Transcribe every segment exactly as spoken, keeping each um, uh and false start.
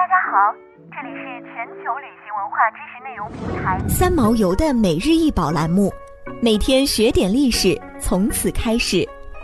家好，这里是全球旅行文化知识内容平台三毛游的每日一宝栏目，每天学点历史，从此开始。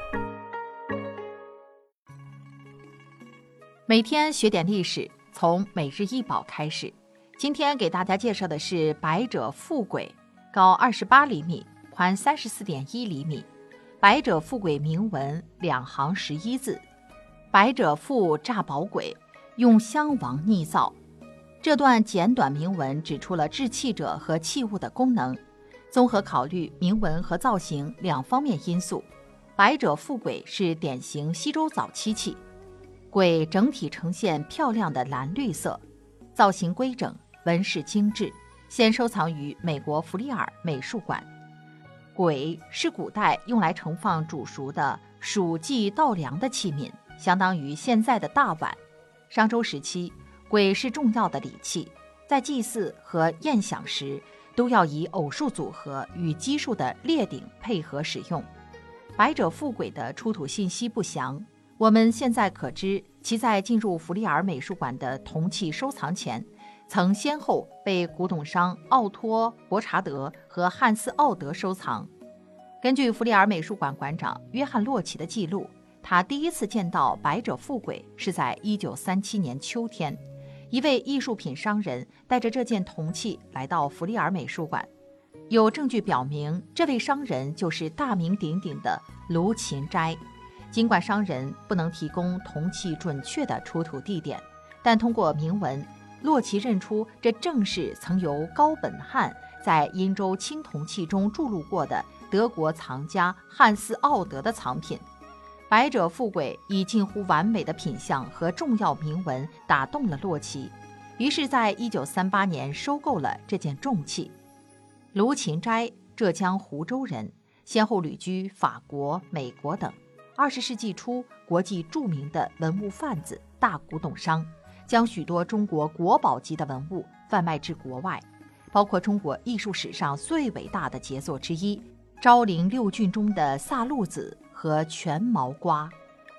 每天学点历史，从每日一宝开始。今天给大家介绍的是百者复轨，高二十八厘米，宽三十四点一厘米。百者复轨铭文两行十一字，百者复诈宝轨，用襄王逆造。这段简短铭文指出了制器者和器物的功能，综合考虑铭文和造型两方面因素。百者复轨是典型西周早期器，轨整体呈现漂亮的蓝绿色，造型规整，纹饰精致，现收藏于美国弗里尔美术馆。簋是古代用来盛放煮熟的黍稷稻粮的器皿，相当于现在的大碗。商周时期，簋是重要的礼器，在祭祀和宴享时都要以偶数组合与奇数的列鼎配合使用。百者复轨的出土信息不详，我们现在可知其在进入弗里尔美术馆的铜器收藏前，曾先后被古董商奥托·伯查德和汉斯·奥德收藏。根据弗里尔美术馆馆长约翰·洛奇的记录，他第一次见到百者复轨是在一九三七年秋天，一位艺术品商人带着这件铜器来到弗里尔美术馆。有证据表明，这位商人就是大名鼎鼎的卢芹斋。尽管商人不能提供铜器准确的出土地点，但通过铭文，洛奇认出这正是曾由高本汉在殷周青铜器中注录过的德国藏家汉斯·奥德的藏品。百者复轨以近乎完美的品相和重要铭文打动了洛奇，于是在一九三八年收购了这件重器。卢芹斋，浙江湖州人，先后旅居法国、美国等。二十世纪初，国际著名的文物贩子、大古董商，将许多中国国宝级的文物贩卖至国外，包括中国艺术史上最伟大的杰作之一——昭陵六骏中的萨路子和全毛瓜。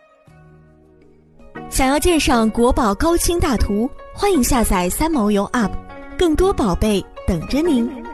想要鉴赏国宝高清大图，欢迎下载三毛游 App， 更多宝贝等着您。